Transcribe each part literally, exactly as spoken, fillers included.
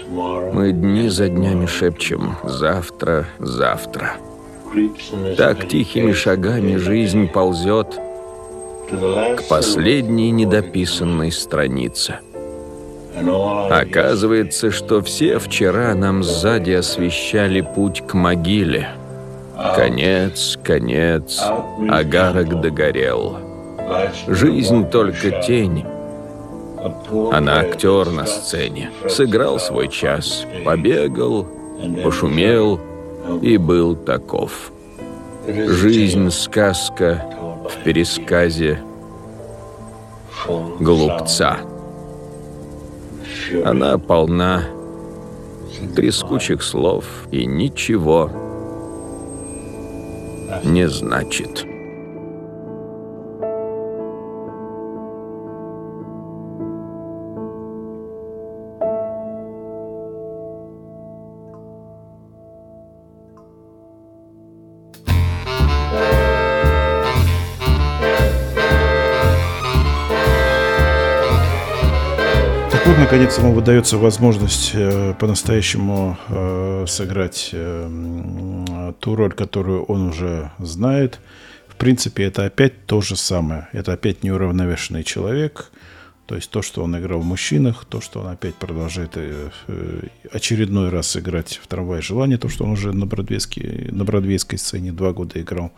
Мы дни за днями шепчем «завтра, завтра». Так тихими шагами жизнь ползет к последней недописанной странице. Оказывается, что все вчера нам сзади освещали путь к могиле. Конец, конец, агарок догорел. Жизнь только тень. Она актер на сцене. Сыграл свой час, побегал, пошумел и был таков. Жизнь — сказка в пересказе глупца. Она полна трескучих слов и ничего не значит. Вот, наконец, ему выдается возможность э, по-настоящему э, сыграть э, ту роль, которую он уже знает. В принципе, это опять то же самое. Это опять неуравновешенный человек. То есть то, что он играл в «Мужчинах», то, что он опять продолжает э, э, очередной раз играть в «Трамвае желания», то, что он уже на бродвейской, на бродвейской сцене два года играл.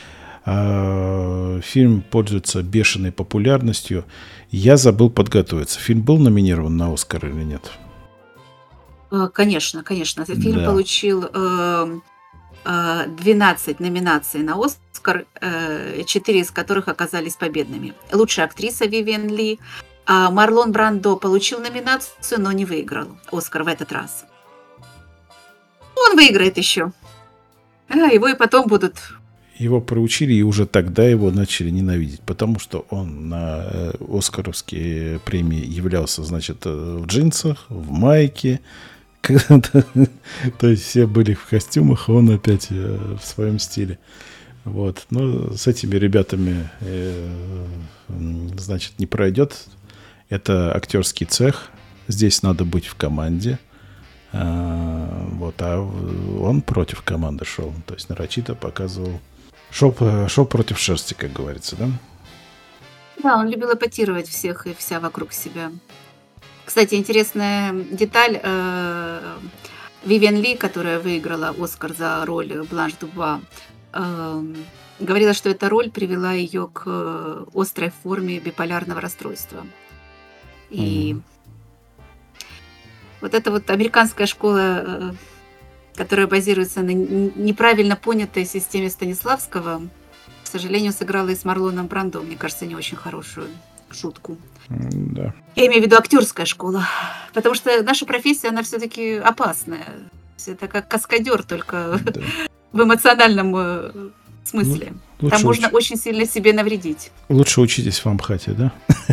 Фильм пользуется бешеной популярностью. Я забыл подготовиться. Фильм был номинирован на «Оскар» или нет? Конечно, конечно. Этот фильм Да. получил двенадцать номинаций на «Оскар», четыре из которых оказались победными. Лучшая актриса Вивиан Ли. А Марлон Брандо получил номинацию, но не выиграл «Оскар» в этот раз. Он выиграет еще. А, его и потом будут... Его проучили, и уже тогда его начали ненавидеть, потому что он на э, оскаровские премии являлся, значит, в джинсах, в майке. Когда-то, то есть все были в костюмах, а он опять э, в своем стиле. Вот. Но с этими ребятами, э, значит, не пройдет. Это актерский цех. Здесь надо быть в команде. А, вот, а он против команды шел. То есть нарочито показывал. Шел, шел против шерсти, как говорится, да? Да, он любил эпатировать всех и вся вокруг себя. Кстати, интересная деталь. э, Вивиан Ли, которая выиграла «Оскар» за роль Бланш Дубуа, э, говорила, что эта роль привела ее к э, острой форме биполярного расстройства. И Мгм. вот эта вот американская школа, э, которая базируется на н- неправильно понятой системе Станиславского, к сожалению, сыграла и с Марлоном Брандо, мне кажется, не очень хорошую шутку. М, Да. Я имею в виду актерская школа, потому что наша профессия, она все-таки опасная. То есть это как каскадер, только Да. в эмоциональном э, смысле. Там Лучше, можно уч- очень сильно себе навредить. лучше учитесь в Амхате, да?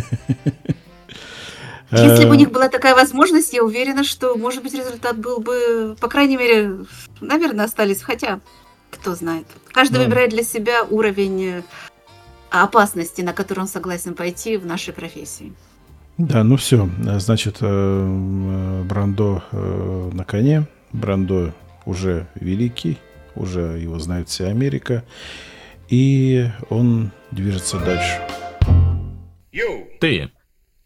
Если бы у Э, них была такая возможность, я уверена, что, может быть, результат был бы, по крайней мере, наверное, остались. Хотя, кто знает. Каждый Ну, выбирает для себя уровень э, опасности, на который он согласен пойти в нашей профессии. Да, ну все. Значит, э, м, Брандо э, на коне. Брандо уже великий, уже его знает вся Америка. И он движется дальше. Ты.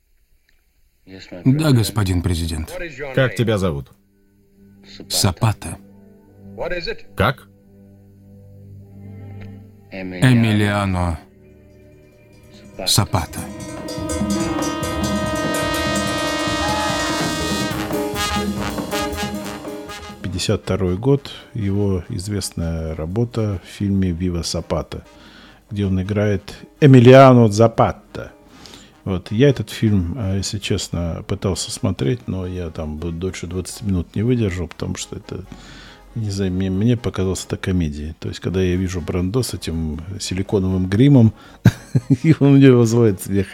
Да, господин президент. Как тебя зовут? Сапата. Как? Эмилиано Сапата. пятьдесят второй год, его известная работа в фильме «Вива Сапата», где он играет Эмилиано Запатта. Вот. Я этот фильм, а, если честно, пытался смотреть, но я там бы дольше двадцати минут не выдержал, потому что это Не знаю, мне, мне показалось это комедией. То есть, когда я вижу Брандо с этим силиконовым гримом, и он мне вызывает смех,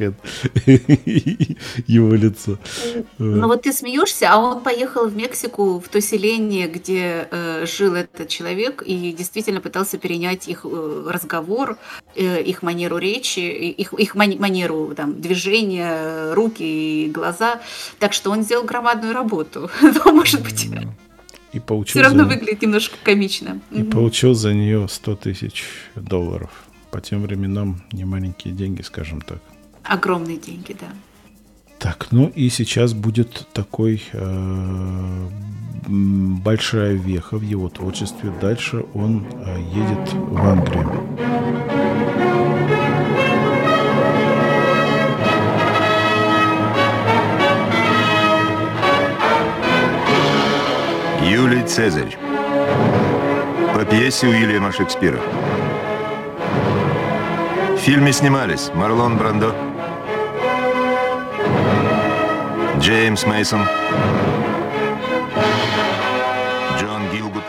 его лицо. Ну вот ты смеешься, а он поехал в Мексику, в то селение, где э, жил этот человек, и действительно пытался перенять их э, разговор, э, их манеру речи, их, их мани- манеру там, движения, руки и глаза. Так что он сделал громадную работу. Но, может быть... И получил Все равно за... выглядит немножко комично. И получил за нее сто тысяч долларов. По тем временам не маленькие деньги, скажем так. Огромные деньги, да. Так, ну и сейчас будет такой э, большая веха в его творчестве. Дальше он э, едет в Англию. Юлий Цезарь. По пьесе Уильяма Шекспира. В фильме снимались Марлон Брандо, Джеймс Мейсон, Джон Гилгуд.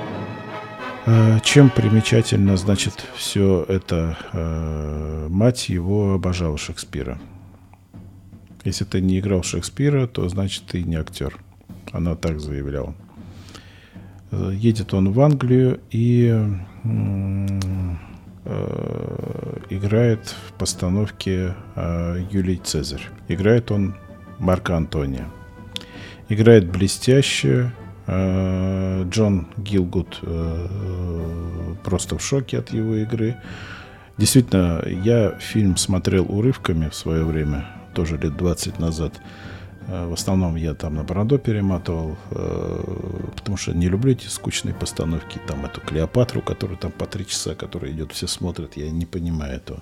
Чем примечательно, значит, все это? Э, мать его обожала Шекспира. Если ты не играл Шекспира, то значит ты не актер. Она так заявляла. Едет он в Англию и э, играет в постановке э, Юлий Цезарь. Играет он Марка Антония. Играет блестяще. Э, Джон Гилгуд э, просто в шоке от его игры. Действительно, я фильм смотрел урывками в свое время, тоже лет двадцать назад. В основном я там на Брандо перематывал, потому что не люблю эти скучные постановки. Там эту Клеопатру, которая там по три часа, которая идет, все смотрят. Я не понимаю этого.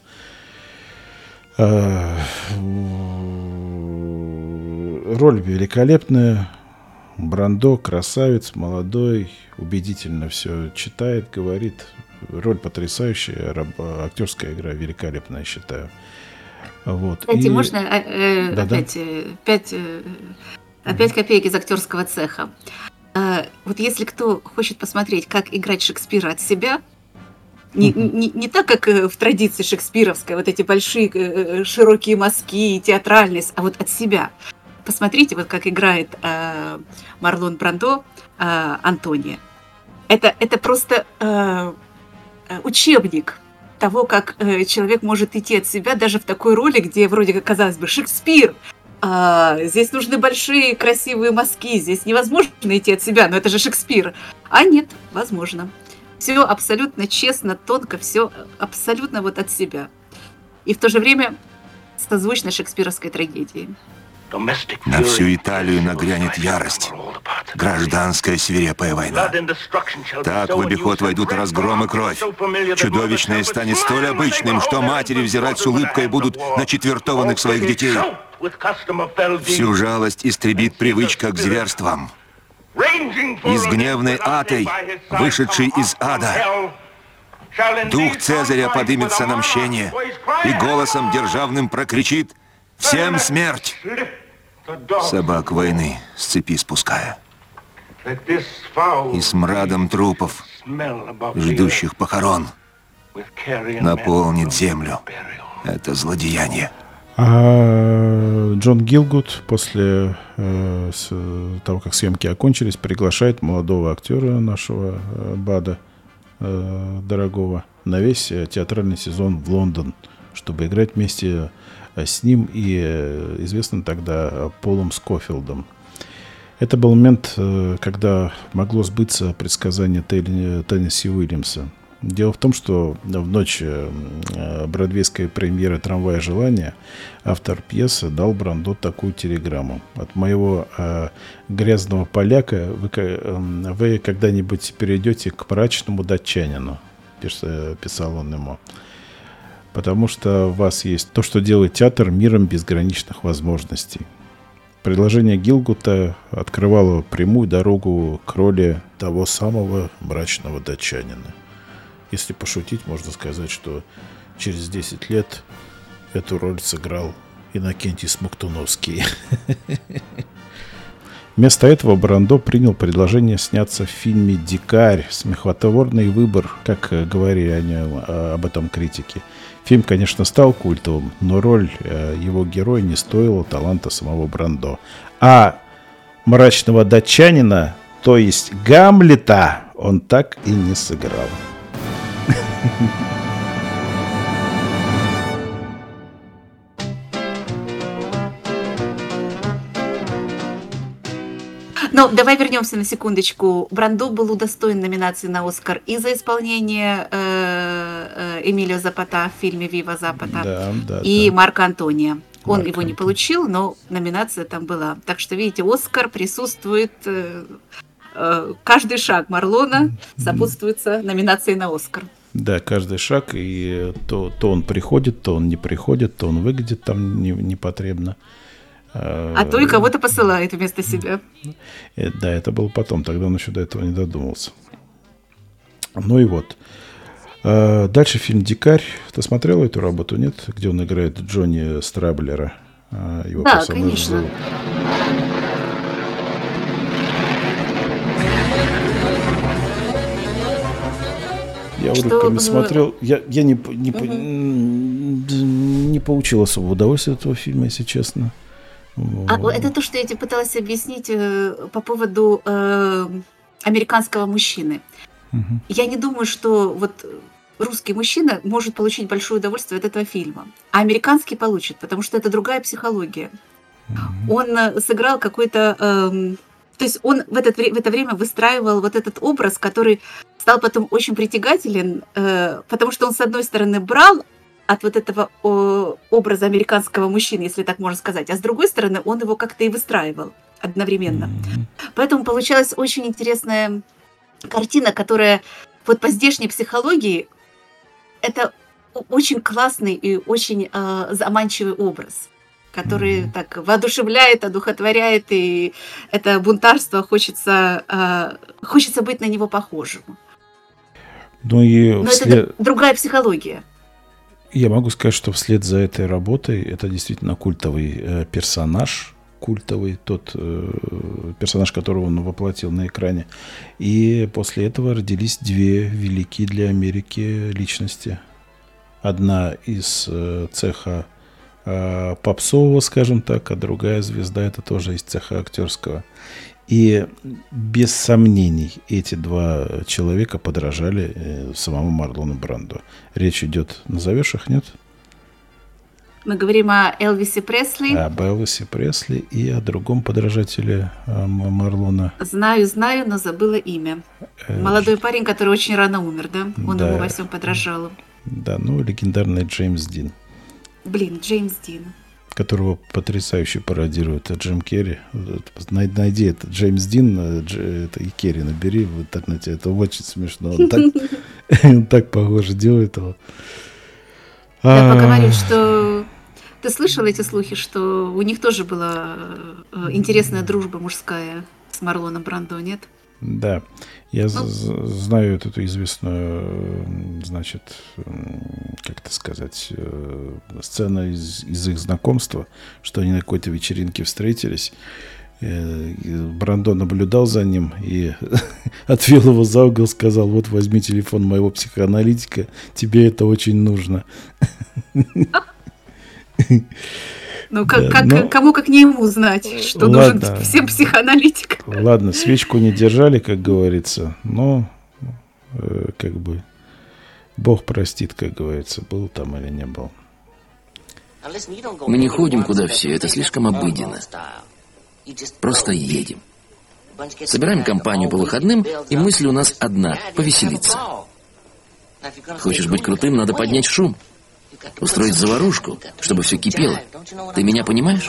Роль великолепная. Брандо красавец, молодой, убедительно все читает, говорит. Роль потрясающая, актерская игра великолепная, я считаю. Вот. Кстати, и... можно э, э, опять, пять, э, пять копеек из актерского цеха. Э, вот если кто хочет посмотреть, как играть Шекспира от себя, не, не, не так, как в традиции шекспировской, вот эти большие э, широкие мазки, театральность, а вот от себя. Посмотрите, вот как играет э, Марлон Брандо э, Антония. Это, это просто э, учебник того, как э, человек может идти от себя даже в такой роли, где вроде как, казалось бы, Шекспир. А, здесь нужны большие красивые мазки, здесь невозможно идти от себя, но это же Шекспир. А нет, возможно. Все абсолютно честно, тонко, все абсолютно вот от себя. И в то же время созвучно шекспировской трагедии. На всю Италию нагрянет ярость. Гражданская свирепая война. Так в обиход войдут разгром и кровь. Чудовищное станет столь обычным, что матери взирать с улыбкой будут на четвертованных своих детей. Всю жалость истребит привычка к зверствам. Из гневной Атой, вышедшей из ада, дух Цезаря подымется на мщение и голосом державным прокричит: «Всем смерть!» Собак войны с цепи спуская. И смрадом трупов, ждущих похорон, наполнит землю это злодеяние. А Джон Гилгуд после э, с, того, как съемки окончились, приглашает молодого актера нашего э, Бада, э, дорогого, на весь театральный сезон в Лондон, чтобы играть вместе с ним и э, известным тогда Полом Скофилдом. Это был момент, э, когда могло сбыться предсказание Теннесси Уильямса. Дело в том, что в ночь бродвейской премьеры «Трамвая желания» автор пьесы дал Брандо такую телеграмму: от моего э, грязного поляка вы, э, вы когда-нибудь перейдете к мрачному датчанину, писал он ему, потому что у вас есть то, что делает театр миром безграничных возможностей. Предложение Гилгута открывало прямую дорогу к роли того самого мрачного датчанина. Если пошутить, можно сказать, что через десять лет эту роль сыграл Иннокентий Смоктуновский. Вместо этого Брандо принял предложение сняться в фильме «Дикарь». Смехотворный выбор, как говорили о нем, об этом критики. Фильм, конечно, стал культовым, но роль его героя не стоила таланта самого Брандо. А мрачного датчанина, то есть Гамлета, он так и не сыграл. Ну, давай вернемся на секундочку. Брандо был удостоен номинации на Оскар и за исполнение э, э, Эмилио Запата в фильме «Вива Запата», да, да, и да. Марко Антония. Он Марко его не Антония. получил, но номинация там была. Так что, видите, Оскар присутствует, э, э, каждый шаг Марлона сопутствуется номинацией на Оскар. Да, каждый шаг, и то, то он приходит, то он не приходит, то он выглядит там не, непотребно. А то и кого-то посылает вместо себя. Да, это было потом, тогда он еще до этого не додумался. Ну и вот. Дальше фильм «Дикарь». Ты смотрела эту работу, нет? Где он играет Джонни Страблера. Его да, персонаж конечно. зовут. Я Что, урывками э, смотрел. Я, я не, не, Мгм. не получил особого удовольствия от этого фильма, если честно. А это то, что я тебе пыталась объяснить э, по поводу э, американского мужчины. Мгм. Я не думаю, что вот русский мужчина может получить большое удовольствие от этого фильма, а американский получит, потому что это другая психология. Он э, сыграл какой-то... эм, то есть он в, этот, вре- в это время выстраивал вот этот образ, который стал потом очень притягателен, э, потому что он, с одной стороны, брал от вот этого о, образа американского мужчины, если так можно сказать, а с другой стороны, он его как-то и выстраивал одновременно. Поэтому получалась очень интересная картина, которая вот по здешней психологии это о- очень классный и очень э, заманчивый образ, который Мгм. так воодушевляет, одухотворяет, и это бунтарство хочется, э, хочется быть на него похожим. Ну и Но вслед... это д- другая психология. Я могу сказать, что вслед за этой работой это действительно культовый э, персонаж, культовый тот э, персонаж, которого он воплотил на экране. И после этого родились две великие для Америки личности. Одна из э, цеха э, попсового, скажем так, а другая звезда это тоже из цеха актерского. И без сомнений эти два человека подражали э, самому Марлону Брандо. Речь идет, назовешь их, нет? Мы говорим о Элвисе Пресли. Об Элвисе Пресли и о другом подражателе э, М- Марлона. Знаю, знаю, но забыла имя. Э, Молодой парень, который очень рано умер, да? Он Да. ему во всем подражал. Да, ну, легендарный Джеймс Дин, Блин, Джеймс Дин. которого потрясающе пародирует Джим Керри. Вот, най- Найди это, Джеймс Дин э, Дж- это и Керри набери в интернете. Это очень смешно. Он так, он так похоже делает его. Я А, поговорю, что... Ты слышал эти слухи, что у них тоже была э, интересная дружба мужская с Марлоном Брандо, нет? Да, я з- Ну. з- знаю вот эту известную, м, значит, м, как это сказать, э, сцену из, из их знакомства, что они на какой-то вечеринке встретились. э, и Брандо наблюдал за ним и отвел его за угол, сказал: вот возьми телефон моего психоаналитика, тебе это очень нужно. Ну, как, Да, как- но- кому как не ему знать, что Ладно. нужен всем психоаналитик. Ладно, свечку не держали, как говорится, но э, как бы Бог простит, как говорится, был там или не был. Мы не ходим куда все, это слишком обыденно. Просто едем. Собираем компанию по выходным, и мысль у нас одна – повеселиться. Хочешь быть крутым, надо поднять шум. Устроить заварушку, чтобы все кипело. Ты меня понимаешь?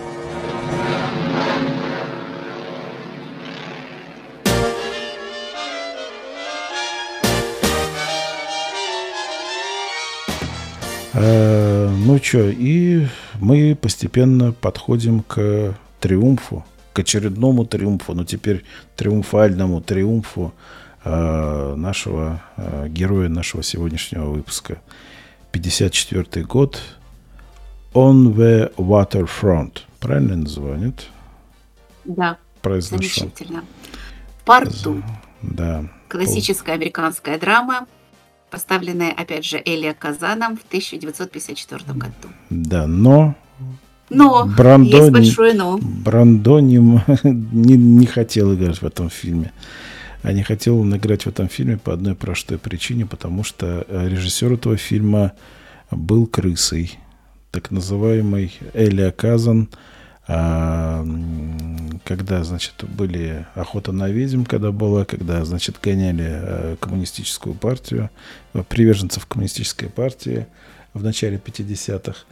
Э, ну что, и мы постепенно подходим к триумфу, к очередному триумфу, но теперь триумфальному триумфу э, нашего э, героя нашего сегодняшнего выпуска. пятьдесят четвёртый год. On the Waterfront. Правильно я называю, нет? Да. произношу. Замечательно. «Порту». Да. Классическая американская драма, поставленная, опять же, Элиа Казаном в тысяча девятьсот пятьдесят четвёртом году. Да, но... Но, Брандо есть большое но. Брандо не, не, не хотел играть в этом фильме. А не хотел он играть в этом фильме по одной простой причине, потому что режиссер этого фильма был крысой. Так называемый Элиа Казан. А, когда, значит, были охота на ведьм, когда была, когда, значит, гоняли коммунистическую партию, приверженцев коммунистической партии в начале пятидесятых,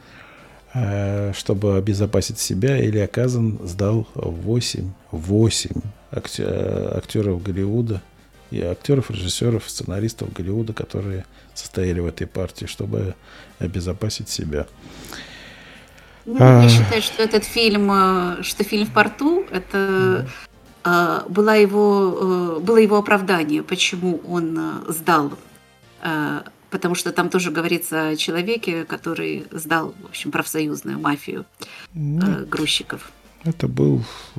чтобы обезопасить себя, Элиа Казан сдал восемь, восемь актеров Голливуда и актеров, режиссеров, сценаристов Голливуда, которые состояли в этой партии, чтобы обезопасить себя. Ну, а... Я считаю, что этот фильм, что фильм «В порту» это mm. было, его, было его оправдание, почему он сдал. Потому что там тоже говорится о человеке, который сдал, в общем, профсоюзную мафию mm. грузчиков. Это был,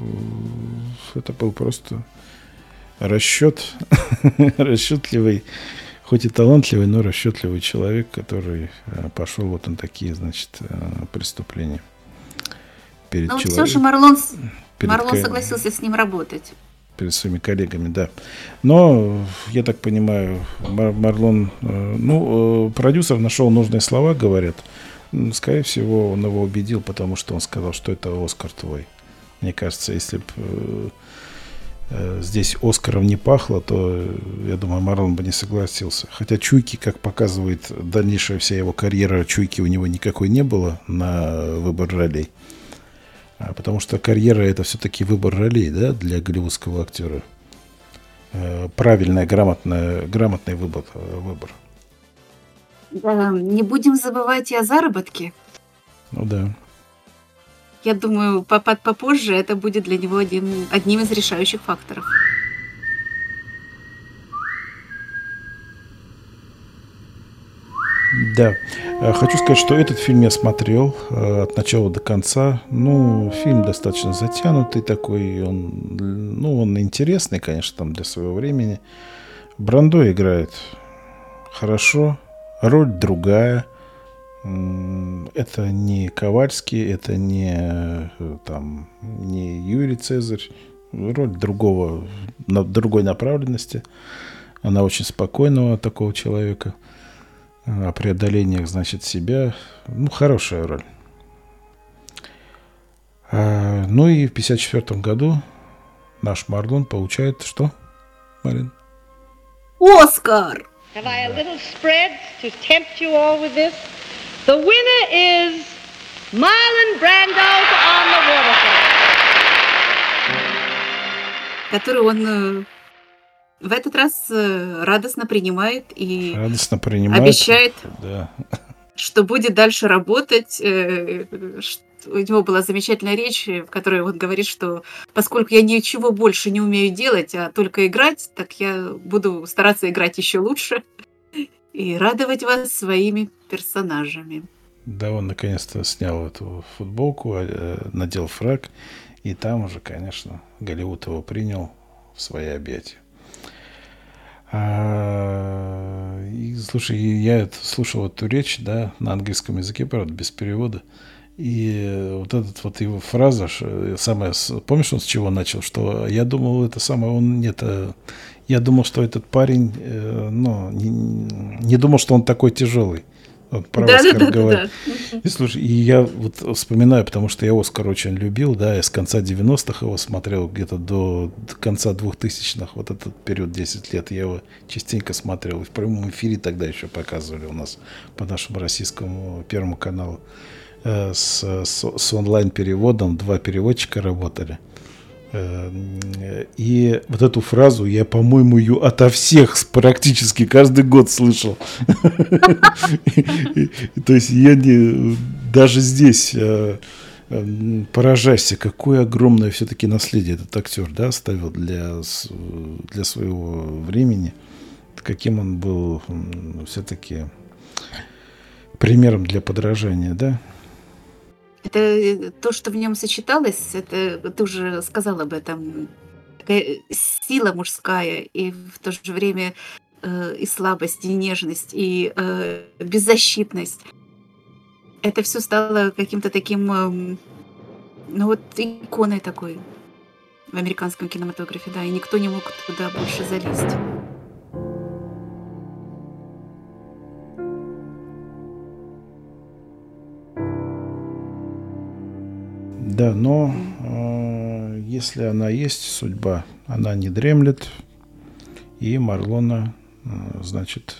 это был просто расчет, расчетливый, хоть и талантливый, но расчетливый человек, который пошел вот на такие, значит, преступления. Перед но человек... все же Марлон, перед Марлон ко... согласился с ним работать. Перед своими коллегами, да. Но, я так понимаю, Мар- Марлон, ну, продюсер нашел нужные слова, говорят. Скорее всего, он его убедил, потому что он сказал, что это Оскар твой. Мне кажется, если бы э, здесь Оскаром не пахло, то, я думаю, Марлон бы не согласился. Хотя Чуйки, как показывает дальнейшая вся его карьера, Чуйки у него никакой не было на выбор ролей. А, потому что карьера — это все-таки выбор ролей, да, для голливудского актера. Э, правильный, грамотный, грамотный выбор. выбор. Да, не будем забывать и о заработке. Ну да. Я думаю, попозже это будет для него один, одним из решающих факторов. Да. Хочу сказать, что этот фильм я смотрел от начала до конца. Ну, фильм достаточно затянутый такой. Он, ну, он интересный, конечно, там для своего времени. Брандо играет хорошо. Роль другая. Это не Ковальский, это не, там, не Юрий Цезарь. Роль другого, на другой направленности. Она очень спокойного такого человека. О преодолениях, значит, себя. Ну, хорошая роль. А, ну и в пятьдесят четвёртом году наш Марлон получает что, Марин? Оскар! Have I a little spread to tempt you all with this? The winner is Marlon Brando on the Waterfront. Который он в этот раз радостно принимает и радостно принимает, обещает, да, что будет дальше работать. У него была замечательная речь, в которой он говорит, что поскольку я ничего больше не умею делать, а только играть, так я буду стараться играть еще лучше и радовать вас своими персонажами. Да, он наконец-то снял эту футболку, надел фрак, и там уже, конечно, Голливуд его принял в свои объятия. А, и, слушай, я слушал эту речь, да, на английском языке, правда, без перевода. И вот эта вот его фраза, самая, помнишь, он с чего начал? Что я думал, это самое, он нет, я думал, что этот парень, ну, не, не думал, что он такой тяжелый. Он про да, Оскар да, говорит. Да, да. И слушай, и я вот вспоминаю, потому что я Оскар очень любил, да, я с конца девяностых его смотрел, где-то до, до конца двухтысячных, вот этот период десять лет, я его частенько смотрел. И в прямом эфире тогда еще показывали у нас по нашему российскому Первому каналу. С, с, с онлайн-переводом, два переводчика работали. И вот эту фразу я, по-моему, ее ото всех практически каждый год слышал. То есть я не... Даже здесь поражайся, какое огромное все-таки наследие этот актер, да, оставил для, для своего времени. Каким он был все-таки примером для подражания, да? это то, что в нем сочеталось, это ты уже сказал об этом. Такая сила мужская, и в то же время э, и слабость, и нежность, и э, беззащитность. Это все стало каким-то таким, э, ну вот, иконой такой в американском кинематографе, да, и никто не мог туда больше залезть. Да, но э, если она есть, судьба, она не дремлет, и Марлона, э, значит,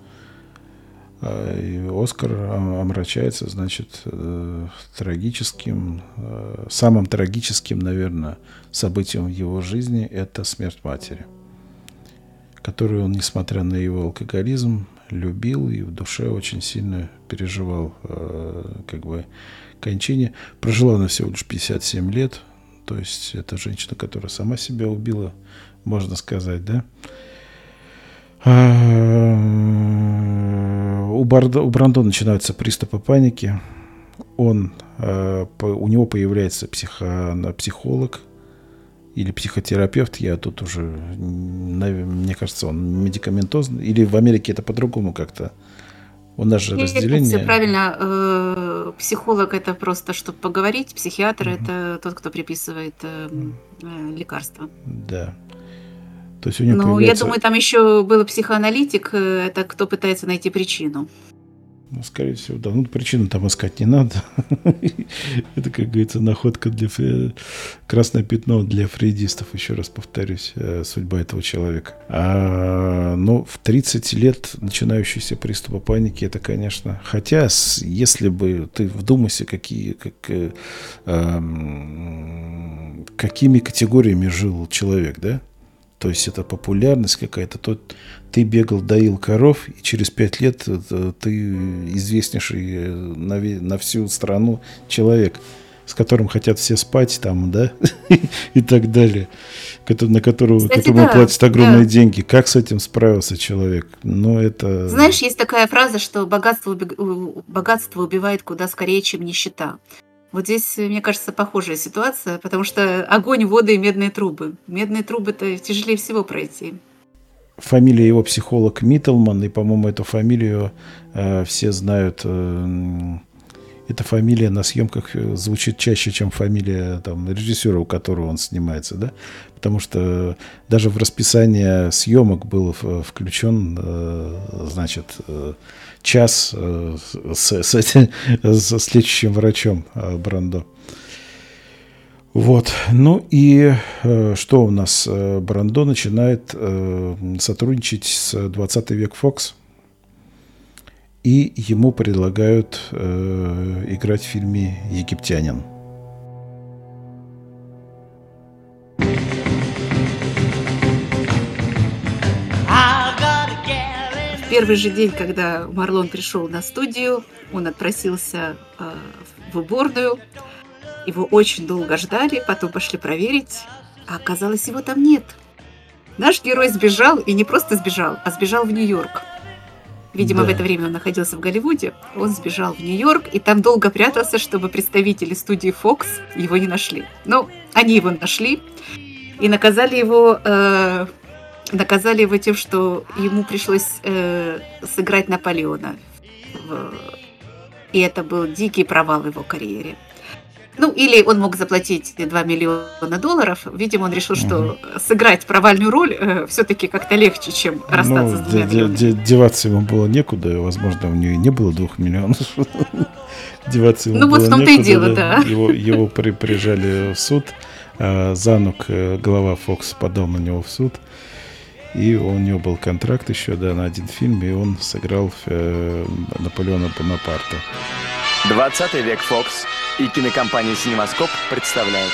э, и Оскар омрачается, значит, э, трагическим, э, самым трагическим, наверное, событием в его жизни – это смерть матери, которую он, несмотря на его алкоголизм, любил и в душе очень сильно переживал, э, как бы, кончине. Прожила она всего лишь пятьдесят семь лет, то есть это женщина, которая сама себя убила, можно сказать, да. У, Бардо, у Брандо начинаются приступы паники. Он, у него появляется психо, психолог или психотерапевт. Я тут уже, мне кажется, он медикаментозный. Или в Америке это по-другому как-то. У нас же разделение. Все правильно. Э, психолог это просто, чтобы поговорить. Психиатр угу. это тот, кто приписывает э, э, лекарства. Да. То есть у него Но появляется... я думаю, там еще был психоаналитик. э, Это кто пытается найти причину. Ну, скорее всего, да. Ну, причину там искать не надо. Это, как говорится, находка для... Красное пятно для фрейдистов, еще раз повторюсь, судьба этого человека. А, но в тридцать лет начинающийся приступа паники, это, конечно... Хотя, если бы ты вдумайся, какие, как, э, какими категориями жил человек, да? То есть это популярность какая-то. Тот, ты бегал, доил коров, и через пять лет ты известнейший на, на всю страну человек, с которым хотят все спать там, да, и так далее, на которого, Кстати, которому да, платят огромные да. деньги. Как с этим справился человек? Ну, это... Знаешь, есть такая фраза, что богатство, богатство убивает куда скорее, чем нищета. Вот здесь, мне кажется, похожая ситуация, потому что огонь, воды и медные трубы. Медные трубы-то тяжелее всего пройти. Фамилия его психолог Миттелман, и, по-моему, эту фамилию э, все знают. Э, эта фамилия на съемках звучит чаще, чем фамилия там, режиссера, у которого он снимается, да? Потому что даже в расписание съемок был включен, э, значит, э, час э, с, с, этим, с лечащим врачом э, Брандо. Вот. Ну и э, что у нас? Брандо начинает э, сотрудничать с двадцатый век Фокс. И ему предлагают э, играть в фильме «Египтянин». В первый же день, когда Марлон пришел на студию, он отпросился э, в уборную. Его очень долго ждали, потом пошли проверить, а оказалось, его там нет. Наш герой сбежал, и не просто сбежал, а сбежал в Нью-Йорк. Видимо, да. в это время он находился в Голливуде. Он сбежал в Нью-Йорк и там долго прятался, чтобы представители студии Fox его не нашли. Но они его нашли и наказали его, э, наказали его тем, что ему пришлось э, сыграть Наполеона. И это был дикий провал в его карьере. Ну, или он мог заплатить два миллиона долларов. Видимо, он решил, что угу. сыграть провальную роль э, все-таки как-то легче, чем расстаться ну, с двумя миллионами. Де- де- деваться ему было некуда. Возможно, у нее не было двух миллионов. Деваться ему ну, было вот в том-то некуда, и дело, да. да. Его, его при, прижали в суд. А Занук, глава Фокс, подал на него в суд. И у него был контракт еще, да, на один фильм. И он сыграл э, Наполеона Бонапарта. двадцатый век Фокс и кинокомпания «Синемаскоп» представляют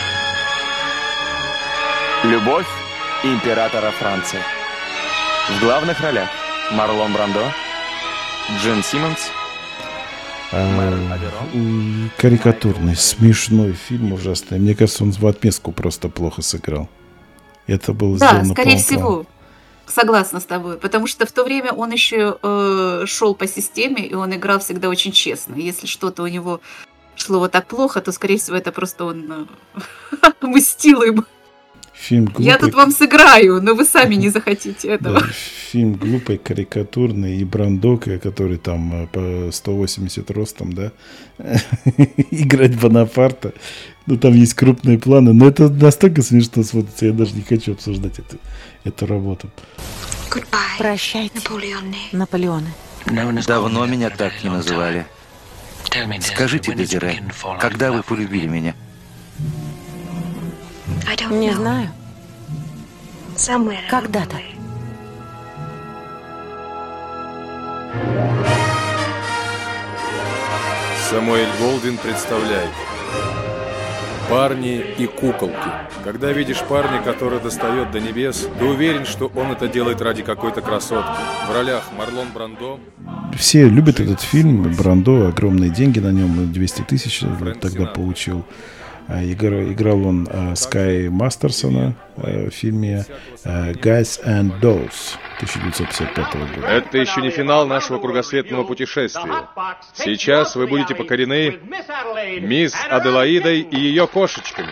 «Любовь императора Франции». В главных ролях Марлон Брандо, Джин Симмонс, а, карикатурный, смешной фильм ужасный. Мне кажется, он в отместку просто плохо сыграл. Это было да, сделано скорее по всего. Согласна с тобой, потому что в то время он еще э, шел по системе, и он играл всегда очень честно. Если что-то у него шло вот так плохо, то, скорее всего, это просто он э, мстил им. Фильм глупый. Я тут вам сыграю, но вы сами не захотите этого. Да, фильм глупый, карикатурный, и Брандо, который там по сто восемьдесят ростом, да, играть Бонапарта. Ну, там есть крупные планы, но это настолько смешно смотрится, я даже не хочу обсуждать эту, эту работу. Прощайте, Наполеоны. Давно меня так не называли. Скажите, Дезире, когда вы полюбили меня? Не знаю. Когда-то. Самуэль Голдвин представляет «Парни и куколки». Когда видишь парня, который достает до небес, ты уверен, что он это делает ради какой-то красотки. В ролях Марлон Брандо. Все любят этот фильм. Брандо, огромные деньги на нем, двести тысяч тогда получил. Играл, играл он uh, Скай Мастерсона uh, в фильме uh, Guys and Dolls тысяча девятьсот пятьдесят пятого года. Это еще не финал нашего кругосветного путешествия. Сейчас вы будете покорены мисс Аделаидой и ее кошечками.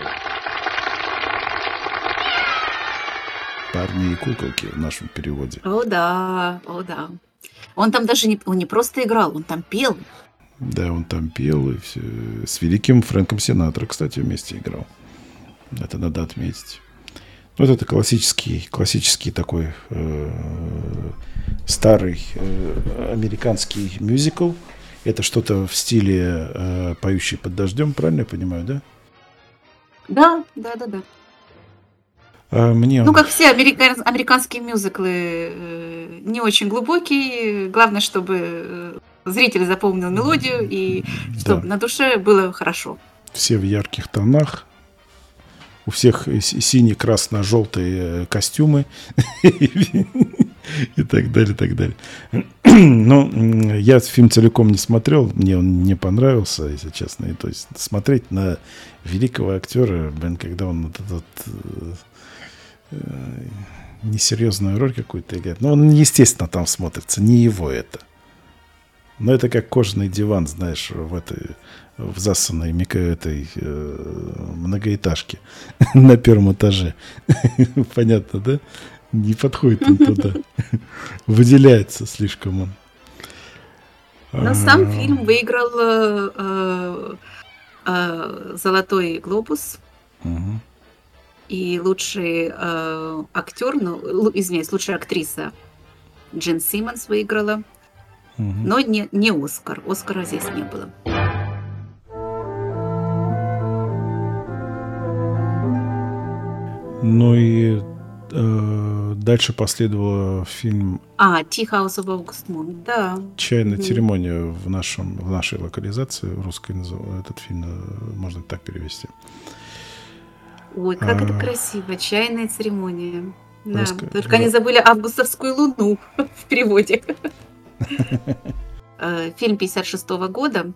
Парни и куколки в нашем переводе. О да, о да. Он там даже не, он не просто играл, он там пел. Да, он там пел, и все. С великим Фрэнком Синатра, кстати, вместе играл. Это надо отметить. Вот это классический, классический такой э, старый э, американский мюзикл. Это что-то в стиле э, «Поющий под дождем», правильно я понимаю, да? Да, да, да, да. А мне... Ну, как все америка... американские мюзиклы, э, не очень глубокие. Главное, чтобы... Э, зритель запомнил мелодию, и чтобы да. на душе было хорошо. Все в ярких тонах. У всех сине-красно-желтые костюмы. И так далее, и так далее. Но я фильм целиком не смотрел. Мне он не понравился, если честно. И, то есть смотреть на великого актера, блин, когда он вот этот... Э, несерьезную роль какую-то играет. Но он, естественно, там смотрится. Не его это. Но это как кожаный диван, знаешь, в этой в засанной этой э, многоэтажке на первом этаже. Понятно, да? Не подходит он туда. Выделяется слишком он. Но сам фильм выиграл э, э, «Золотой глобус». Угу. И лучший э, актер, ну, извиняюсь, лучшая актриса Джин Симмонс выиграла. Но не, не Оскар. Оскара здесь не было. Ну и э, дальше последовал фильм... А, «Tea House of August Moon», да. «Чайная mm-hmm. церемония» в, нашем, в нашей локализации, в русской этот фильм можно так перевести. Ой, как а... это красиво. «Чайная церемония». Да. Раска... Только да. они забыли «Августовскую луну» в переводе. Фильм пятьдесят шестого года.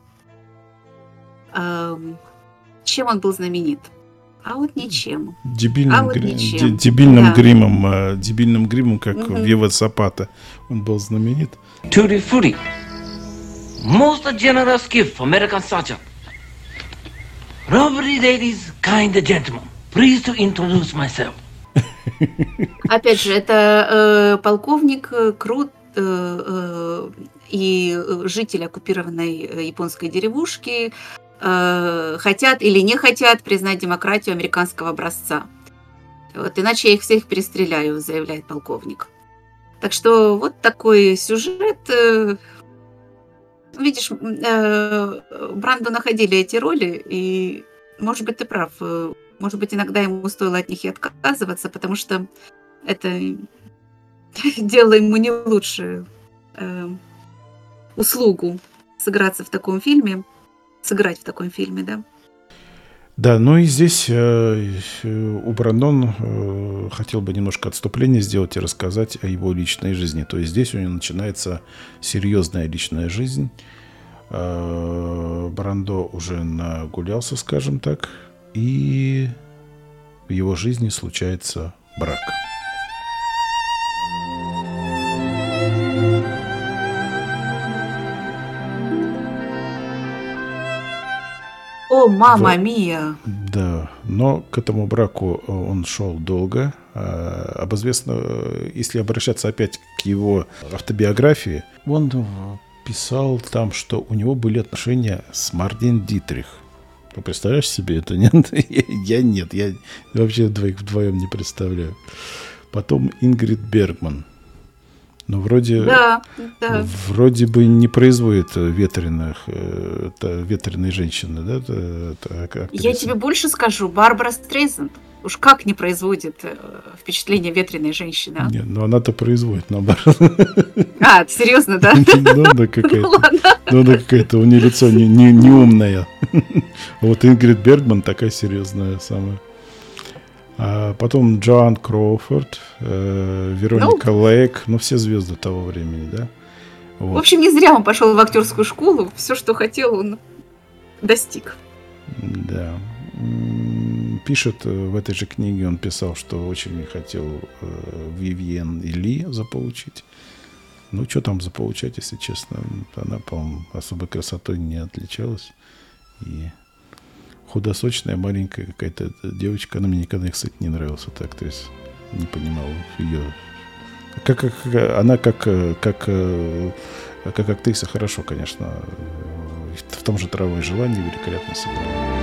Чем он был знаменит? А вот ничем. Дебильным, а вот гри... ничем. дебильным да. гримом, дебильным гримом, как угу. Вива Запата. Он был знаменит. Tutti frutti. Most generous gift, American sergeant. Lovely ladies, kind gentlemen. Pleased to introduce myself. Опять же, это э, полковник Крут э, э, и жители оккупированной японской деревушки э, хотят или не хотят признать демократию американского образца. Вот, иначе я их всех перестреляю, заявляет полковник. Так что вот такой сюжет. Э, видишь, э, Бранду находили эти роли, и, может быть, ты прав. Может быть, иногда ему стоило от них и отказываться, потому что это делало ему не лучшую э, услугу сыграться в таком фильме, сыграть в таком фильме, да. Да, ну и здесь э, у Брандон э, хотел бы немножко отступление сделать и рассказать о его личной жизни. То есть здесь у него начинается серьезная личная жизнь. Э, Брандо уже нагулялся, скажем так, и в его жизни случается брак. О, мама мия! Да, но к этому браку он шел долго. Об известно, если обращаться опять к его автобиографии, он писал там, что у него были отношения с Марлен Дитрих. Ты представляешь себе это? Нет? Я нет, я вообще двоих вдвоем не представляю. Потом Ингрид Бергман. Но вроде, да, да. вроде бы не производит ветреных, это, ветреные женщины, да? Это, это я тебе больше скажу, Барбара Стрейзанд уж как не производит впечатление ветреной женщины. А? Нет, ну она-то производит, наоборот. А, серьезно, да? Ну, да, какая-то. Ну, да, какая-то у нее лицо не, не, не умное. Вот Ингрид Бергман такая серьезная самая. А потом Джоан Кроуфорд, э, Вероника ну, Лейк, ну все звезды того времени, да? Вот. В общем, не зря он пошел в актерскую школу, все, что хотел, он достиг. Да. Пишет в этой же книге, он писал, что очень хотел э, Вивьен и Ли заполучить. Ну, что там заполучать, если честно? Она, по-моему, особой красотой не отличалась. И худосочная, маленькая какая-то девочка. Она мне никогда, кстати, не нравилась, эта актриса. Не понимал ее. Как, как, она как, как, как актриса хорошо, конечно. В том же «Право и желание» великолепно сыграла.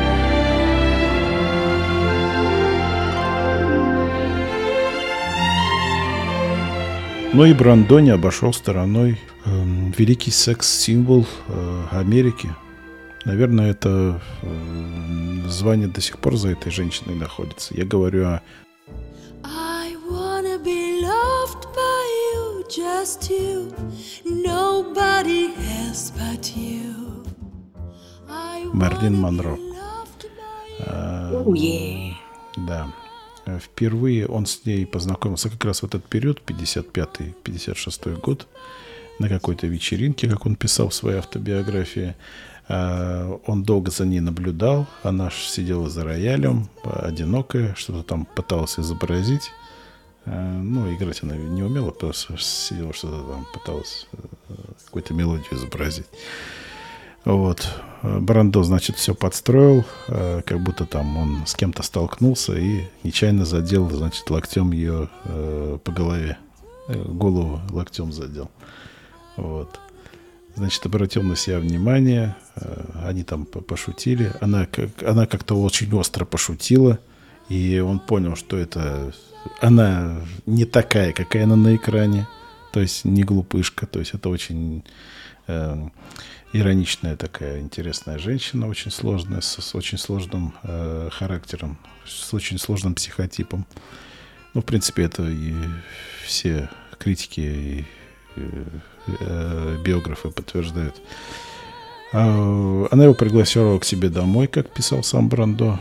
Но и Брандо не обошел стороной э, великий секс-символ э, Америки. Наверное, это э, звание до сих пор за этой женщиной находится. Я говорю о... I wanna be loved by you, just you, nobody else but you. Марлин Монро. Oh, yeah. Да. Впервые он с ней познакомился как раз в этот период, пятьдесят пятый — пятьдесят шестой год, на какой-то вечеринке, как он писал в своей автобиографии. Он долго за ней наблюдал, она сидела за роялем, одинокая, что-то там пыталась изобразить. Ну, играть она не умела, просто сидела, что-то там пыталась какую-то мелодию изобразить. Вот. Брандо, значит, все подстроил, как будто там он с кем-то столкнулся и нечаянно задел, значит, локтем ее э, по голове. Голову локтем задел. Вот. Значит, обратил на себя внимание. Э, они там пошутили. Она, как, она как-то очень остро пошутила. И он понял, что это... Она не такая, какая она на экране. То есть не глупышка. То есть это очень... Э, ироничная такая интересная женщина, очень сложная, с, с очень сложным э, характером, с очень сложным психотипом. Ну, в принципе, это и все критики и э, биографы подтверждают. А, она его пригласила к себе домой, как писал сам Брандо.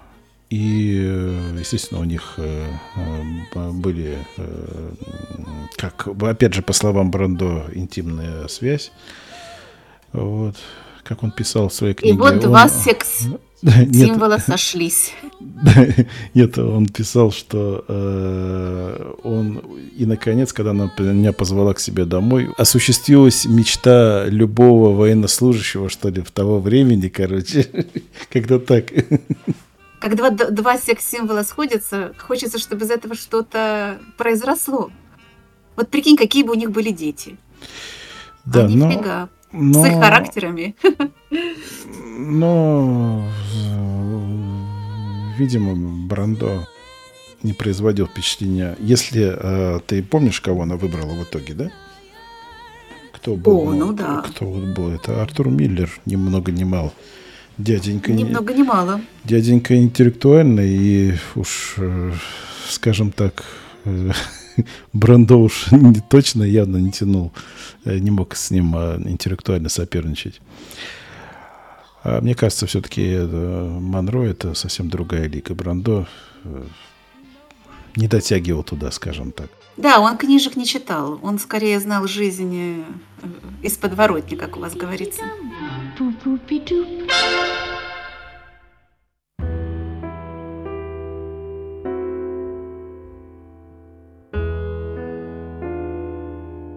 И, естественно, у них э, были, э, как, опять же, по словам Брандо, интимная связь. Вот, как он писал в своей книге. И вот два он... секс-символа сошлись. Нет, он писал, что э, он... И, наконец, когда она меня позвала к себе домой, осуществилась мечта любого военнослужащего, что ли, в того времени, короче. Как-то так. Когда два, два секс-символа сходятся, хочется, чтобы из этого что-то произросло. Вот прикинь, какие бы у них были дети. Да, а нифига. Но, с их характерами. Но, видимо, Брандо не производил впечатления. Если э, ты помнишь, кого она выбрала в итоге, да? Кто был? О, ну да. Кто был? Это Артур Миллер, ни много ни мало. Дяденька, ни много ни мало. Дяденька интеллектуальный и уж, э, скажем так, э, Брандо уж точно явно не тянул, не мог с ним интеллектуально соперничать. А мне кажется, все-таки Монро — это совсем другая лига. Брандо не дотягивал туда, скажем так. Да, он книжек не читал. Он скорее знал жизнь из подворотни, как у вас говорится.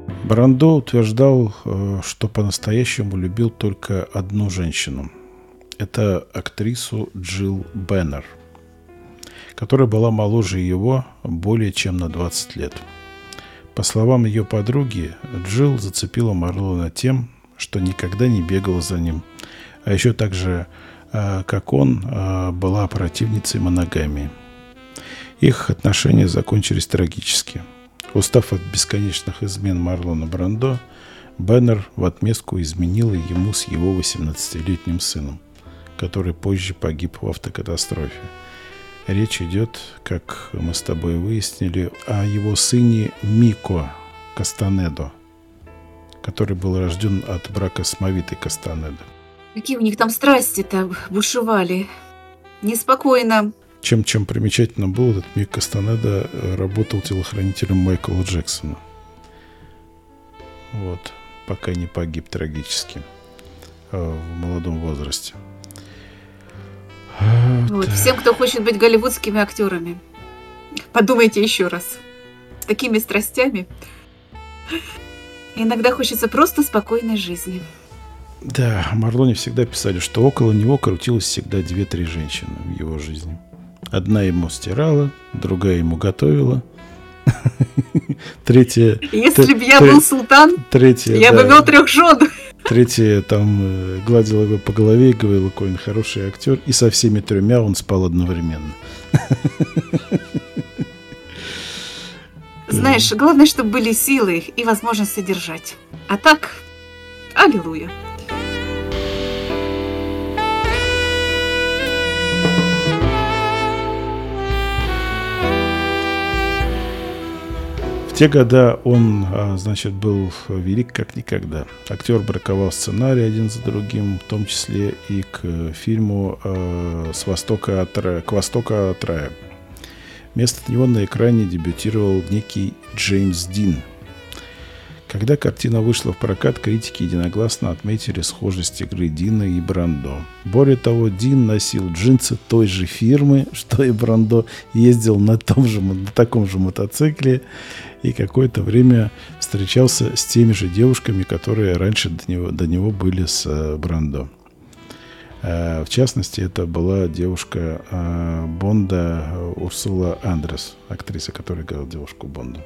Брандо утверждал, что по-настоящему любил только одну женщину. Это актрису Джилл Беннер, которая была моложе его более чем на двадцать лет. По словам ее подруги, Джилл зацепила Марлона тем, что никогда не бегала за ним, а еще также, как он, была противницей моногамии. Их отношения закончились трагически. Устав от бесконечных измен Марлона Брандо, Беннер в отместку изменила ему с его восемнадцатилетним сыном, который позже погиб в автокатастрофе. Речь идет, как мы с тобой выяснили, о его сыне Мико Кастанедо, который был рожден от брака с Мавитой Кастанедо. Какие у них там страсти-то бушевали. Неспокойно. Чем, чем примечательно было, этот Мико Кастанедо работал телохранителем Майкла Джексона. Вот, пока не погиб трагически в молодом возрасте. Вот, всем, кто хочет быть голливудскими актерами, подумайте еще раз. С такими страстями иногда хочется просто спокойной жизни. Да, о Марлоне всегда писали, что около него крутилось всегда две-три женщины в его жизни. Одна ему стирала, другая ему готовила. Третья... Если бы я был султан, я бы вел трех жен. Третья там э, гладила его по голове и говорила, какой он хороший актер. И со всеми тремя он спал одновременно. Знаешь, главное, чтобы были силы и возможность содержать. А так, аллилуйя. В те года он, значит, был велик как никогда. Актер браковал сценарий один за другим, в том числе и к фильму «С востока от рая», «К востоку от рая». Вместо него на экране дебютировал некий Джеймс Дин. Когда картина вышла в прокат, критики единогласно отметили схожесть игры Дина и Брандо. Более того, Дин носил джинсы той же фирмы, что и Брандо, ездил на, том же, на таком же мотоцикле и какое-то время встречался с теми же девушками, которые раньше до него, до него были с Брандо. В частности, это была девушка Бонда Урсула Андрес, актриса, которая играла девушку Бонда.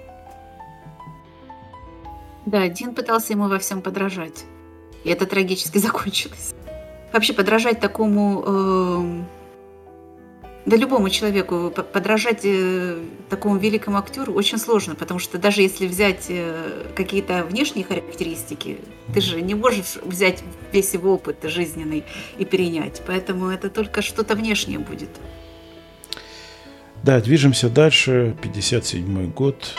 Да, Дин пытался ему во всем подражать. И это трагически закончилось. Вообще подражать такому... Э, да любому человеку, подражать э, такому великому актеру очень сложно, потому что даже если взять э, какие-то внешние характеристики, ты же не можешь взять весь его опыт жизненный и перенять. Поэтому это только что-то внешнее будет. Да, движемся дальше. пятьдесят седьмой год.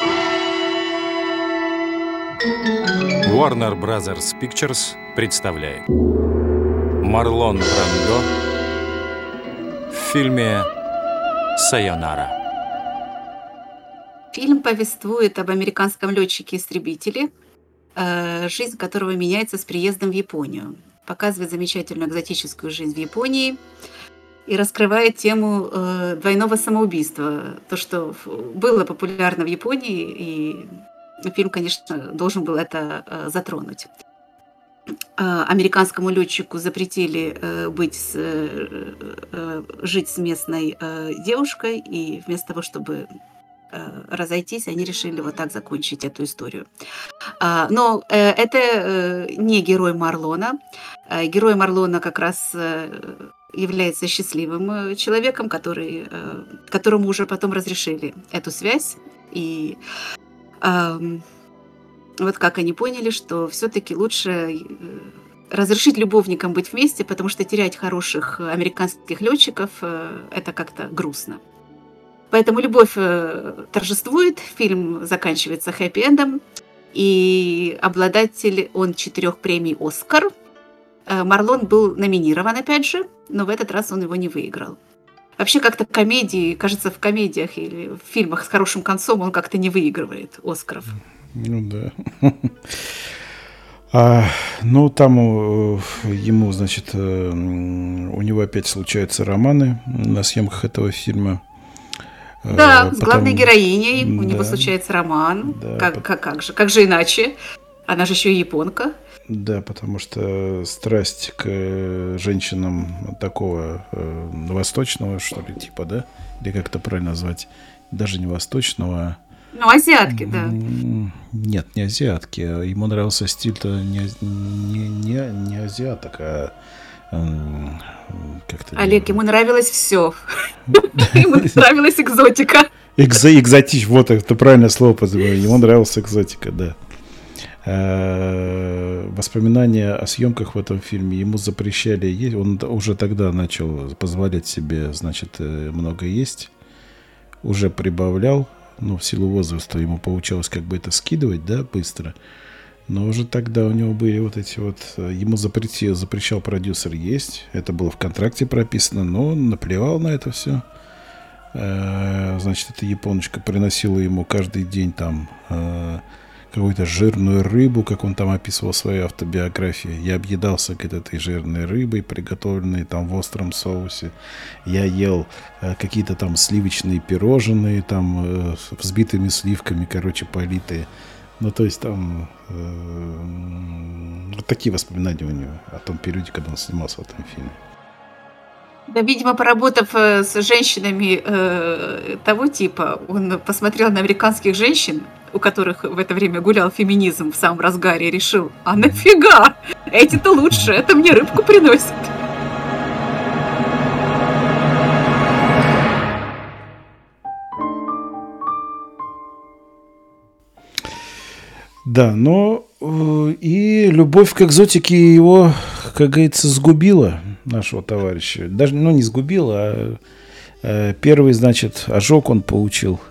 Warner Brothers Pictures представляет Марлон Брандо в фильме «Сайонара». Фильм повествует об американском летчике-истребителе, жизнь которого меняется с приездом в Японию. Показывает замечательную экзотическую жизнь в Японии и раскрывает тему двойного самоубийства. То, что было популярно в Японии, и фильм, конечно, должен был это э, затронуть. Э, американскому летчику запретили э, быть с, э, э, жить с местной э, девушкой, и вместо того, чтобы э, разойтись, они решили вот так закончить эту историю. Э, но э, это э, не герой Марлона. Э, герой Марлона как раз э, является счастливым человеком, который, э, которому уже потом разрешили эту связь. И Um, вот как они поняли, что все-таки лучше разрешить любовникам быть вместе, потому что терять хороших американских летчиков – это как-то грустно. Поэтому любовь торжествует, фильм заканчивается хэппи-эндом, и обладатель он четырех премий «Оскар». Марлон был номинирован опять же, но в этот раз он его не выиграл. Вообще как-то комедии, кажется, в комедиях или в фильмах с хорошим концом он как-то не выигрывает Оскаров. Ну да. А, ну там ему, значит, у него опять случаются романы на съемках этого фильма. Да, Потом... с главной героиней у да, него случается роман. Да, как, как, как же, как же иначе? Она же еще и японка. Да, потому что страсть к женщинам такого э, восточного, что ли, типа, да? Или как это правильно назвать? Даже не восточного. Ну, азиатки, да. Нет, не азиатки. Ему нравился стиль-то не, не, не, не азиаток, а как-то... Олег, ему нравилось все. Ему нравилась экзотика. Экзотич, вот это правильное слово позываю. Ему нравилась экзотика, да. Воспоминания о съемках в этом фильме ему запрещали есть. Он уже тогда начал позволять себе, значит, много есть. Уже прибавлял. Ну, в силу возраста ему получалось как бы это скидывать, да, быстро. Но уже тогда у него были вот эти вот... Ему запретил, запрещал продюсер есть. Это было в контракте прописано, но он наплевал на это все. Значит, эта японочка приносила ему каждый день там какую-то жирную рыбу, как он там описывал в своей автобиографии. Я объедался к этой жирной рыбой, приготовленной там в остром соусе. Я ел э, какие-то там сливочные пирожные, там э, с взбитыми сливками, короче, политые. Ну, то есть там э, вот такие воспоминания у него о том периоде, когда он снимался в этом фильме. Да, видимо, поработав э, с женщинами э, того типа, он посмотрел на американских женщин, у которых в это время гулял феминизм в самом разгаре, и решил, а нафига? Эти-то лучше, это мне рыбку приносят. Да, но э, и любовь к экзотике его, как говорится, сгубила нашего товарища. Даже, ну, не сгубила, а э, первый, значит, ожог он получил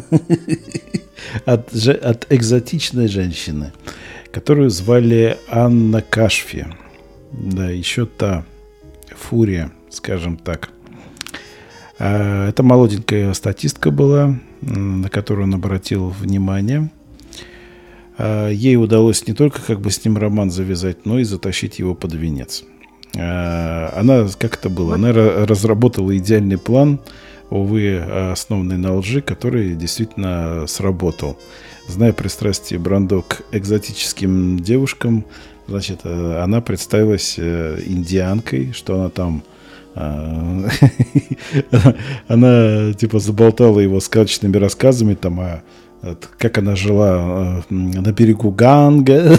от, от экзотичной женщины, которую звали Анна Кашфи. Да, еще та фурия, скажем так. А, это молоденькая статистка была, на которую он обратил внимание. А, ей удалось не только как бы с ним роман завязать, но и затащить его под венец. А, она, как это было, она разработала идеальный план, увы, основанный на лжи, который действительно сработал. Зная пристрастие Брандо к экзотическим девушкам, значит, она представилась индианкой, что она там... Она, типа, заболтала его сказочными рассказами, там, о как она жила на берегу Ганга.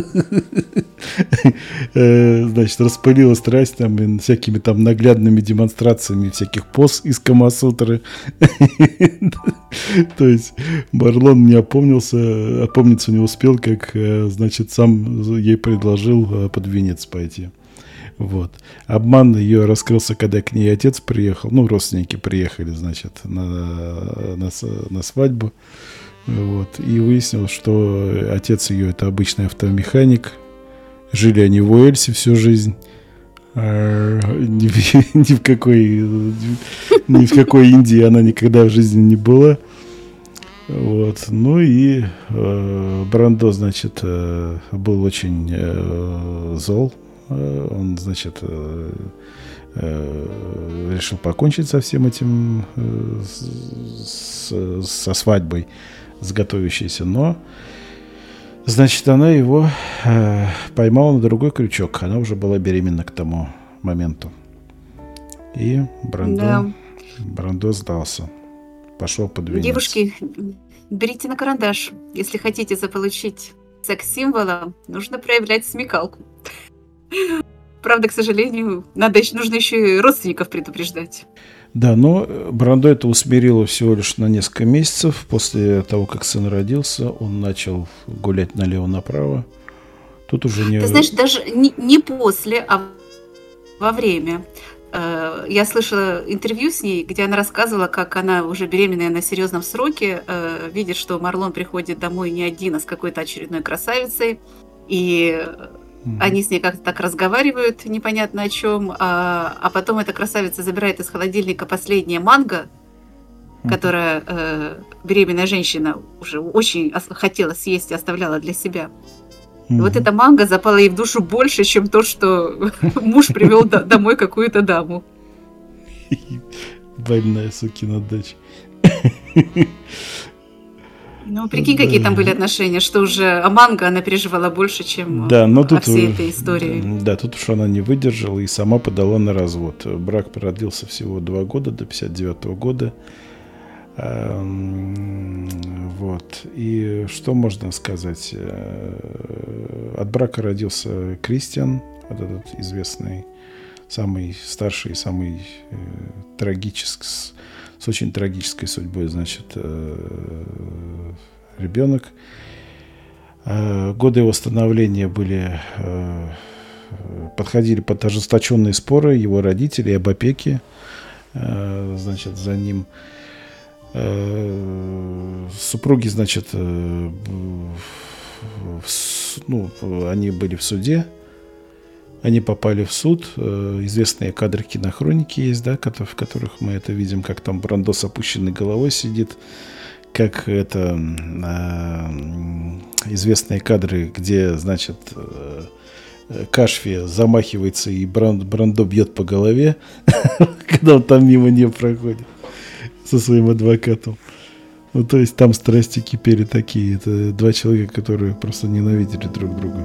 Значит, распылила страсть там всякими там наглядными демонстрациями всяких поз из Камасутры. То есть Марлон не опомнился, опомниться не успел, как, значит, сам ей предложил под венец пойти. Вот. Обман ее раскрылся, когда к ней отец приехал. Ну, родственники приехали, значит, на, на, на свадьбу. Вот. И выяснилось, что отец ее — это обычный автомеханик. Жили они в Уэльсе всю жизнь. А, ни, ни, в какой, ни в какой Индии она никогда в жизни не была. Вот. Ну и э, Брандо, значит, э, был очень э, зол. Он, значит, э, э, решил покончить со всем этим, э, с, со свадьбой, с готовящейся, но, значит, она его э, поймала на другой крючок. Она уже была беременна к тому моменту. И Брандо, да. Брандо сдался. Пошел под венец. Девушки, берите на карандаш. Если хотите заполучить секс-символа, нужно проявлять смекалку. Правда, к сожалению, надо, нужно еще и родственников предупреждать. Да, но Брандо это усмирило всего лишь на несколько месяцев. После того, как сын родился, он начал гулять налево-направо. Тут уже не... Ты знаешь, даже не, не после, а во время. Я слышала интервью с ней, где она рассказывала, как она уже беременная на серьезном сроке, видит, что Марлон приходит домой не один, а с какой-то очередной красавицей. И... Они с ней как-то так разговаривают, непонятно о чем, а, а потом эта красавица забирает из холодильника последнее манго, которое э, беременная женщина уже очень хотела съесть и оставляла для себя. И вот эта манго запала ей в душу больше, чем то, что муж привел домой какую-то даму. Больная сукина дочь. Ну, Ну, прикинь, какие там были отношения, что уже о манго она переживала больше, чем да, но о тут, всей этой истории. Да, тут уж она не выдержала и сама подала на развод. Брак продлился всего два года, до пятьдесят девятого года. Вот. И что можно сказать? От брака родился Кристиан, вот этот известный, самый старший, самый э, трагический, с, с очень трагической судьбой, значит, э, ребенок. Э, годы его становления были, э, подходили под ожесточенные споры его родителей об опеке, э, значит, за ним. Супруги, значит, ну, они были в суде, они попали в суд. Известные кадры кинохроники есть, да, в которых мы это видим, как там Брандо с опущенной головой сидит, как это известные кадры, где, значит, Кашфи замахивается и Брандо бьет по голове, когда он там мимо нее проходит со своим адвокатом. Ну, то есть там страсти кипели такие. Это два человека, которые просто ненавидели друг друга.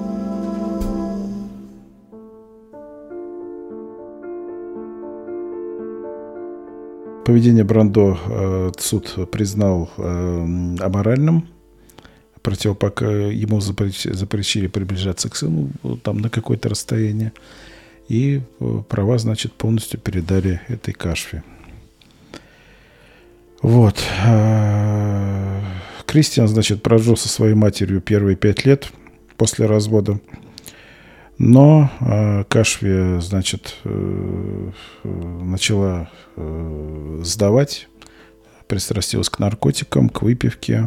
Поведение Брандо э, суд признал э, аморальным. Противопока... Ему запреч... запретили приближаться к сыну там на какое-то расстояние. И э, права, значит, полностью передали этой Кашфи. Вот. Кристиан, значит, прожил со своей матерью первые пять лет после развода. Но Кашфи, значит, начала сдавать, пристрастилась к наркотикам, к выпивке.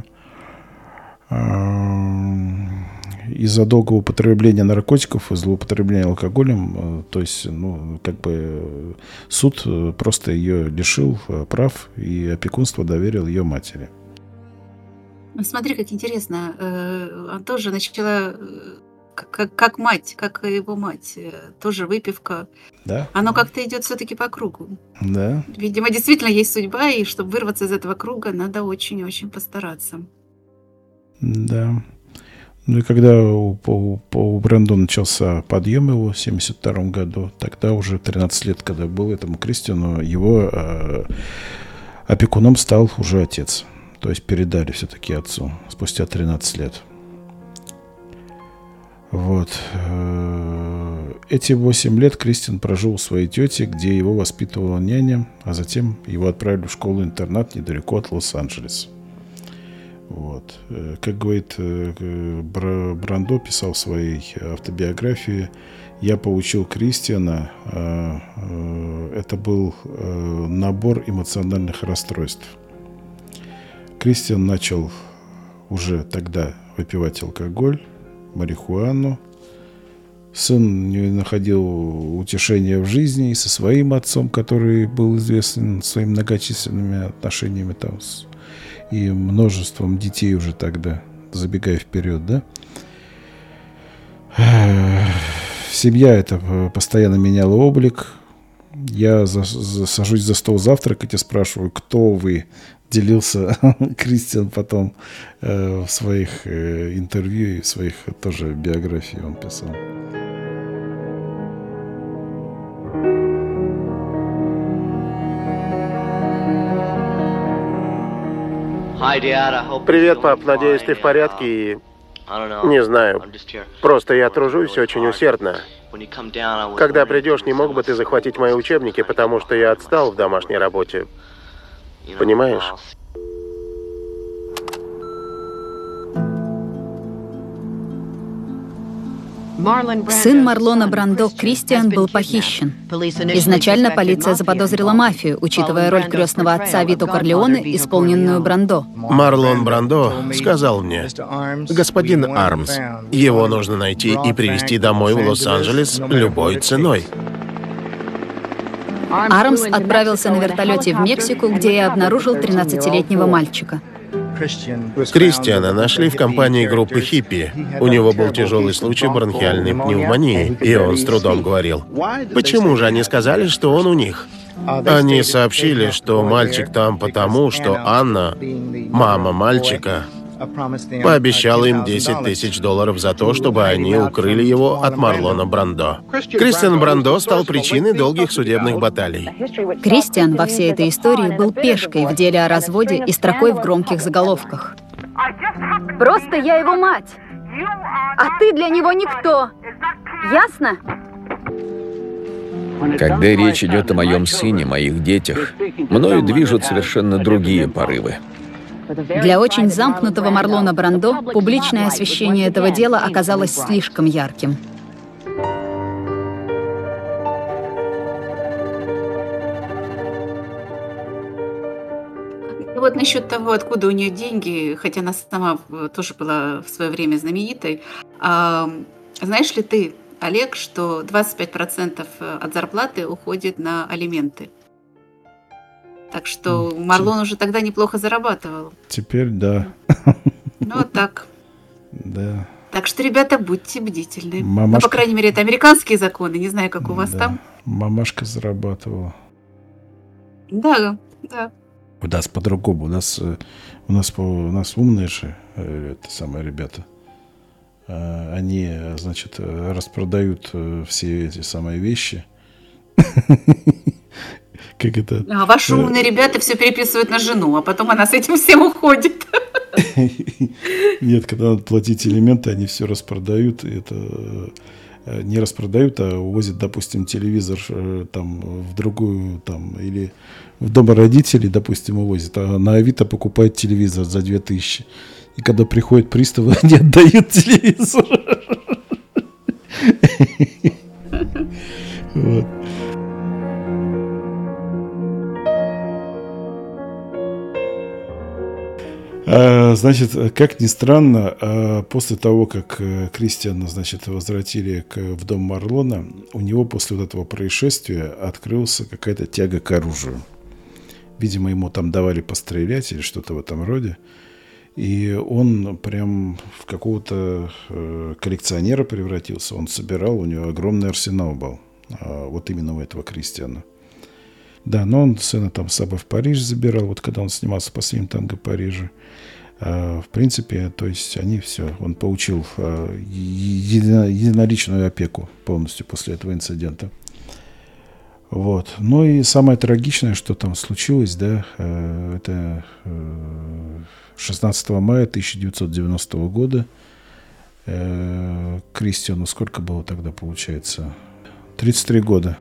Из-за долгого употребления наркотиков и злоупотребления алкоголем, то есть, ну, как бы суд просто ее лишил прав и опекунство доверил ее матери. Смотри, как интересно. Она тоже начала как, как мать, как его мать. Тоже выпивка. Да. Оно как-то идет все-таки по кругу. Да. Видимо, действительно есть судьба, и чтобы вырваться из этого круга, надо очень-очень постараться. Да. Ну и когда у, у, у Брандо начался подъем его в семьдесят втором году, тогда уже тринадцать лет, когда был этому Кристиану, его э, опекуном стал уже отец. То есть передали все-таки отцу спустя тринадцать лет. Вот. Эти восемь лет Кристиан прожил у своей тети, где его воспитывала няня, а затем его отправили в школу-интернат недалеко от Лос-Анджелеса. Вот. Как говорит Брандо, писал в своей автобиографии, я получил Кристиана, это был набор эмоциональных расстройств. Кристиан начал уже тогда выпивать алкоголь, марихуану. Сын не находил утешения в жизни и со своим отцом, который был известен своими многочисленными отношениями там с и множеством детей уже тогда, забегая вперед, да. Семья эта постоянно меняла облик. Я за, за, сажусь за стол завтракать и спрашиваю, кто вы? Делился Кристиан потом э, в своих э, интервью и в своих тоже биографиях он писал. Привет, пап. Надеюсь, ты в порядке и... Не знаю. Просто я тружусь очень усердно. Когда придешь, не мог бы ты захватить мои учебники, потому что я отстал в домашней работе. Понимаешь? Сын Марлона Брандо, Кристиан, был похищен. Изначально полиция заподозрила мафию, учитывая роль крестного отца Вито Корлеоне, исполненную Брандо. Марлон Брандо сказал мне: господин Армс, его нужно найти и привезти домой в Лос-Анджелес любой ценой. Армс отправился на вертолете в Мексику, где и обнаружил тринадцатилетнего мальчика. Кристиана нашли в компании группы хиппи. У него был тяжелый случай бронхиальной пневмонии, и он с трудом говорил. Почему же они сказали, что он у них? Они сообщили, что мальчик там потому, что Анна, мама мальчика, пообещала им десять тысяч долларов за то, чтобы они укрыли его от Марлона Брандо. Кристиан Брандо стал причиной долгих судебных баталий. Кристиан во всей этой истории был пешкой в деле о разводе и строкой в громких заголовках. Просто я его мать, а ты для него никто. Ясно? Когда речь идет о моем сыне, моих детях, мною движут совершенно другие порывы. Для очень замкнутого Марлона Брандо публичное освещение этого дела оказалось слишком ярким. Вот насчет того, откуда у нее деньги, хотя она сама тоже была в свое время знаменитой. А, знаешь ли ты, Олег, что двадцать пять процентов от зарплаты уходит на алименты? Так что Марлон уже тогда неплохо зарабатывал. Теперь да. Ну, вот так. Да. Так что, ребята, будьте бдительны. Мамашка... Ну, по крайней мере, это американские законы. Не знаю, как у вас да. там. Мамашка зарабатывала. Да, да. У нас по-другому. У нас, у нас, у нас умные же это самые ребята. Они, значит, распродают все эти самые вещи. Как это? А ваши умные ребята все переписывают на жену, а потом она с этим всем уходит. Нет, когда надо платить элементы, они все распродают. Это не распродают, а увозят, допустим, телевизор там в другую, там, или в дом родителей, допустим, увозят, а на Авито покупают телевизор за две тысячи. И когда приходят приставы, они отдают телевизор. Вот. А, значит, как ни странно, а, после того, как Кристиана, значит, возвратили к, в дом Марлона, у него после вот этого происшествия открылась какая-то тяга к оружию. Видимо, ему там давали пострелять или что-то в этом роде. И он прям в какого-то э, коллекционера превратился. Он собирал, у него огромный арсенал был. А, вот именно у этого Кристиана. Да, но он сына там с собой в Париж забирал, вот когда он снимался по «Последнем танго Парижа. А, в принципе, то есть они все, он получил а, едино, единоличную опеку полностью после этого инцидента. Вот. Ну и самое трагичное, что там случилось, да, а, это а, шестнадцатого мая тысяча девятьсот девяностого года. А, Кристиану сколько было тогда, получается? тридцать три года.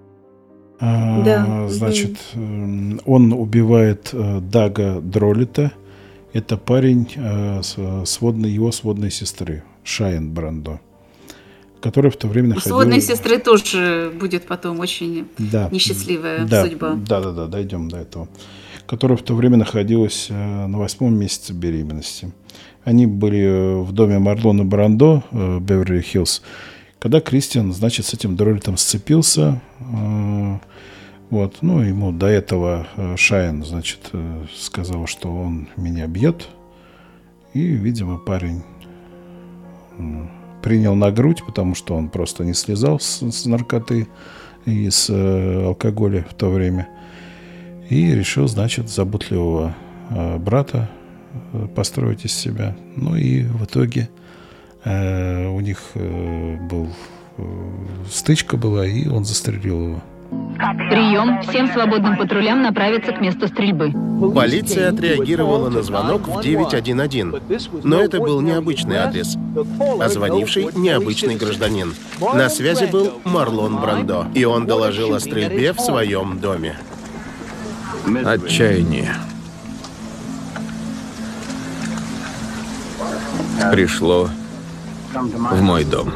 Да. Значит, он убивает Дага Дролита. Это парень сводной, его сводной сестры, Шайен Брандо, которая в то время находилась... У сводной сестры тоже будет потом очень да. несчастливая да. судьба. Да, да, да, дойдем до этого. Которая в то время находилась на восьмом месяце беременности. Они были в доме Марлона Брандо, Беверли-Хиллз, когда Кристиан, значит, с этим Дролитом сцепился. Вот, ну, ему до этого Шайен, значит, сказал, что он меня бьет. И, видимо, парень принял на грудь, потому что он просто не слезал с, с наркоты и с э, алкоголя в то время. И решил, значит, заботливого э, брата э, построить из себя. Ну и в итоге э, у них э, был э, стычка была, и он застрелил его. Прием. Всем свободным патрулям направиться к месту стрельбы. Полиция отреагировала на звонок в девять один один. Но это был необычный адрес. А звонивший — необычный гражданин. На связи был Марлон Брандо. И он доложил о стрельбе в своем доме. Отчаяние. Пришло в мой дом.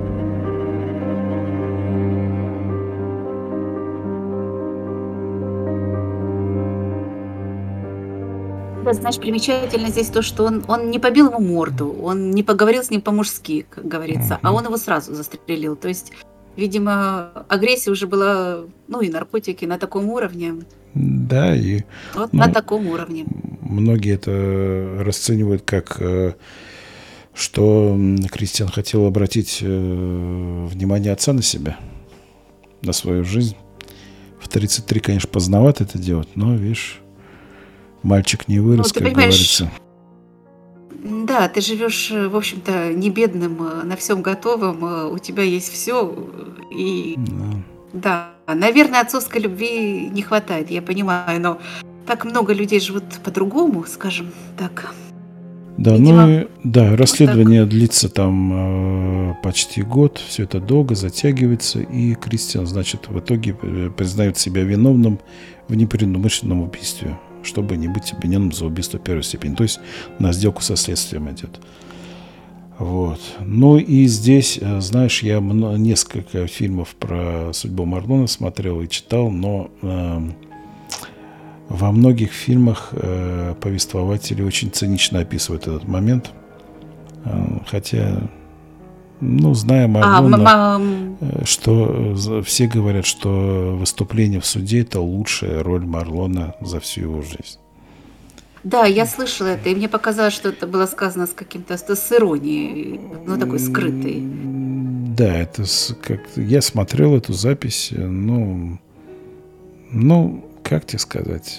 Знаешь, примечательно здесь то, что он, он не побил ему морду, он не поговорил с ним по-мужски, как говорится, mm-hmm. а он его сразу застрелил. То есть, видимо, агрессия уже была, ну и наркотики на таком уровне. Да, и... Вот ну, на таком уровне. Многие это расценивают как, что Кристиан хотел обратить внимание отца на себя, на свою жизнь. В тридцать три, конечно, поздновато это делать, но, видишь, мальчик не вырос, ну, как говорится. Да, ты живешь, в общем-то, не бедным, на всем готовом, у тебя есть все. И да. да, наверное, отцовской любви не хватает, я понимаю, но так много людей живут по-другому, скажем так. Да, Видимо, ну да, расследование вот длится там э, почти год, все это долго затягивается, и Кристиан, значит, в итоге признает себя виновным в непредумышленном убийстве, чтобы не быть обвиненным за убийство первой степени. То есть на сделку со следствием идет. Вот. Ну и здесь, знаешь, я несколько фильмов про судьбу Марлона смотрел и читал, но э, во многих фильмах э, повествователи очень цинично описывают этот момент. Э, хотя, ну, зная Марлона, а, что все говорят, что выступление в суде – это лучшая роль Марлона за всю его жизнь. Да, я слышала это, и мне показалось, что это было сказано с каким-то с иронией, ну, такой скрытой. Да, это как я смотрел эту запись, ну, ну, как тебе сказать,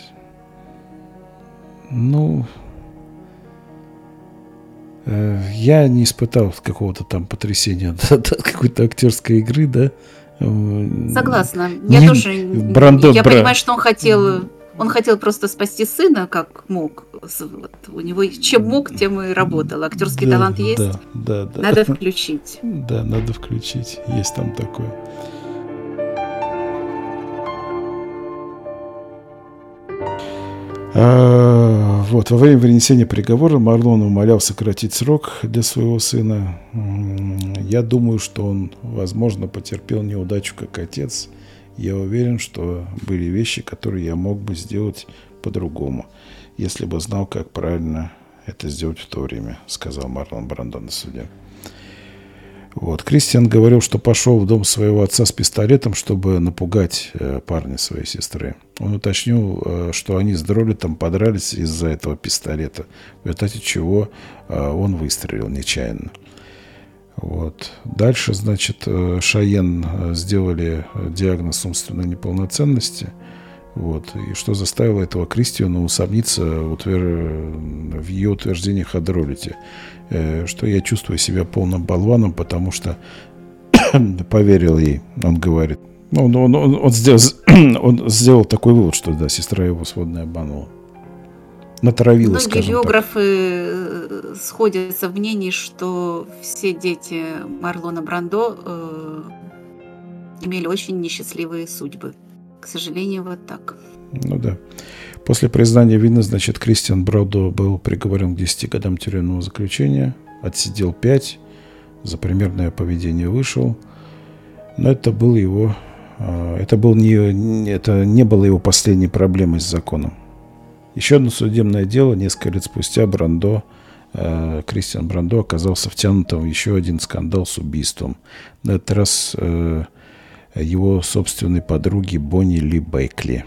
ну, э, я не испытал какого-то там потрясения от какой-то актерской игры, да. Согласна. Я не, тоже. Брандо, я бра... понимаю, что он хотел. Он хотел просто спасти сына, как мог. Вот, у него чем мог, тем и работал. Актерский да, талант есть. Да, да, да. Надо включить. Да, надо включить. Есть там такое. А, вот, во время вынесения приговора Марлон умолял сократить срок для своего сына. Я думаю, что он, возможно, потерпел неудачу как отец. Я уверен, что были вещи, которые я мог бы сделать по-другому, если бы знал, как правильно это сделать в то время, сказал Марлон Брандо на суде. Вот. Кристиан говорил, что пошел в дом своего отца с пистолетом, чтобы напугать э, парня своей сестры. Он уточнил, э, что они с Дролитом подрались из-за этого пистолета, в результате чего э, он выстрелил нечаянно. Вот. Дальше, значит, Шайен сделали диагноз умственной неполноценности. Вот. И что заставило этого Кристиана усомниться в ее утверждениях о Дролите. Что я чувствую себя полным болваном, потому что поверил ей, он говорит. Он, он, он, он, сделал, он сделал такой вывод, что да, сестра его сводная обманула. Натравила, скажем так. Многие биографы сходятся в мнении, что все дети Марлона Брандо э, имели очень несчастливые судьбы. К сожалению, вот так. Ну да. После признания вины, значит, Кристиан Брандо был приговорен к десяти годам тюремного заключения, отсидел пять, за примерное поведение вышел. Но это был его, э, это был не, это не было его последней проблемой с законом. Еще одно судебное дело. Несколько лет спустя Брандо, э, Кристиан Брандо оказался втянутым в еще один скандал с убийством. На этот раз э, его собственной подруги Бонни Ли Бейкли.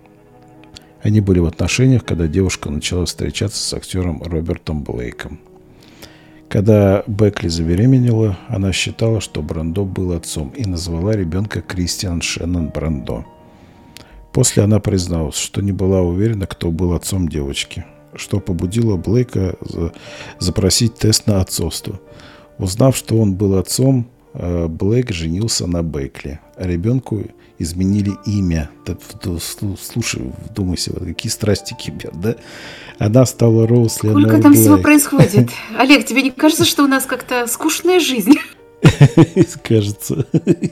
Они были в отношениях, когда девушка начала встречаться с актером Робертом Блейком. Когда Бейкли забеременела, она считала, что Брандо был отцом, и назвала ребенка Кристиан Шеннон Брандо. После она призналась, что не была уверена, кто был отцом девочки, что побудило Блейка запросить тест на отцовство. Узнав, что он был отцом, Блейк женился на Бейкли, а ребенку изменили имя. Слушай, вдумайся, вот какие страсти кипят, да? Она стала Роуз Ленор Блейк. Сколько там всего происходит? Олег, тебе не кажется, что у нас как-то скучная жизнь? Кажется.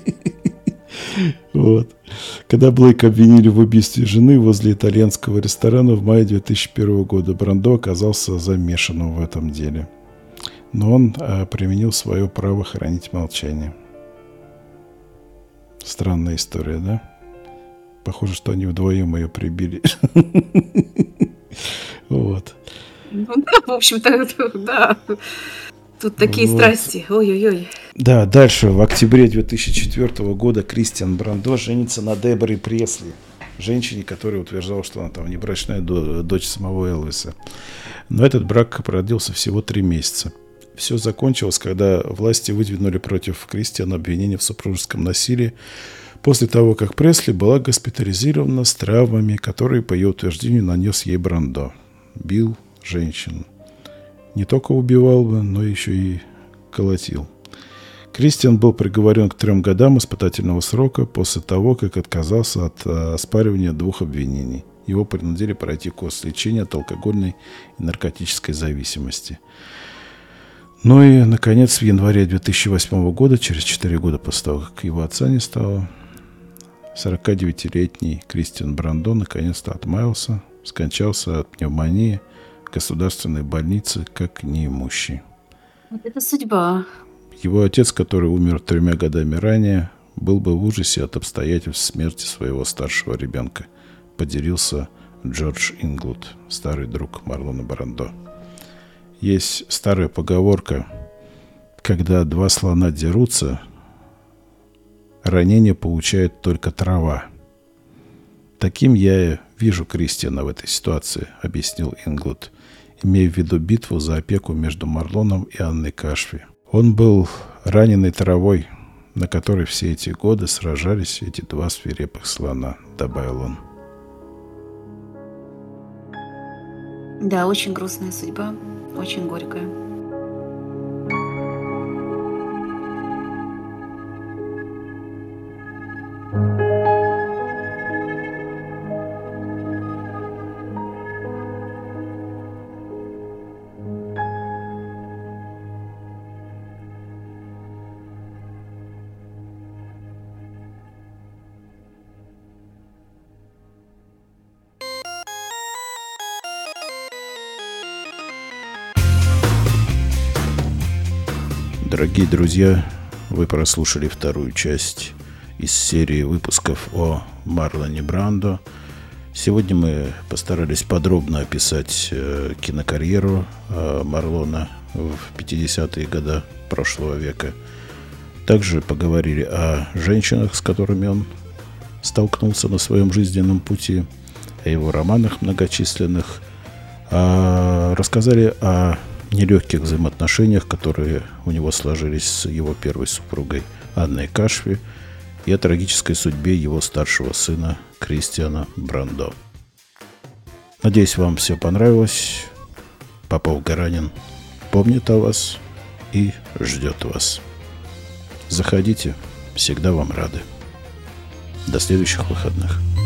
Вот. Когда Блейка обвинили в убийстве жены возле итальянского ресторана в мае две тысячи первого года, Брандо оказался замешанным в этом деле. Но он а, применил свое право хранить молчание. Странная история, да? Похоже, что они вдвоем ее прибили. Вот. Ну да, в общем-то, да. Тут такие вот. Страсти. Ой-ой-ой. Да, дальше. В октябре две тысячи четвёртого года Кристиан Брандо женится на Деборе Пресли, женщине, которая утверждала, что она там внебрачная дочь самого Элвиса. Но этот брак продлился всего три месяца. Все закончилось, когда власти выдвинули против Кристиана обвинение в супружеском насилии после того, как Пресли была госпитализирована с травмами, которые, по ее утверждению, нанес ей Брандо. Бил женщин. Не только убивал бы, но еще и колотил. Кристиан был приговорен к трем годам испытательного срока после того, как отказался от оспаривания двух обвинений. Его принудили пройти курс лечения от алкогольной и наркотической зависимости. Ну и, наконец, в январе две тысячи восьмого года, через четыре года после того, как его отца не стало, сорокадевятилетний Кристиан Брандо наконец-то отмаялся, скончался от пневмонии в государственной больнице как неимущий. Вот это судьба. Его отец, который умер тремя годами ранее, был бы в ужасе от обстоятельств смерти своего старшего ребенка, поделился Джордж Инглуд, старый друг Марлона Брандо. Есть старая поговорка: когда два слона дерутся, ранение получает только трава. Таким я вижу Кристиана в этой ситуации, объяснил Инглуд, имея в виду битву за опеку между Марлоном и Анной Кашфи. Он был раненой травой, на которой все эти годы сражались эти два свирепых слона, добавил он. Да, очень грустная судьба, очень горькая. Дорогие друзья, вы прослушали вторую часть из серии выпусков о Марлоне Брандо. Сегодня мы постарались подробно описать э, кинокарьеру э, Марлона в пятидесятые годы прошлого века. Также поговорили о женщинах, с которыми он столкнулся на своем жизненном пути, о его романах многочисленных, а рассказали о нелегких взаимоотношениях, которые у него сложились с его первой супругой Анной Кашфи, и о трагической судьбе его старшего сына Кристиана Брандо. Надеюсь, вам все понравилось. Попов Гаранин помнит о вас и ждет вас. Заходите, всегда вам рады. До следующих выходных.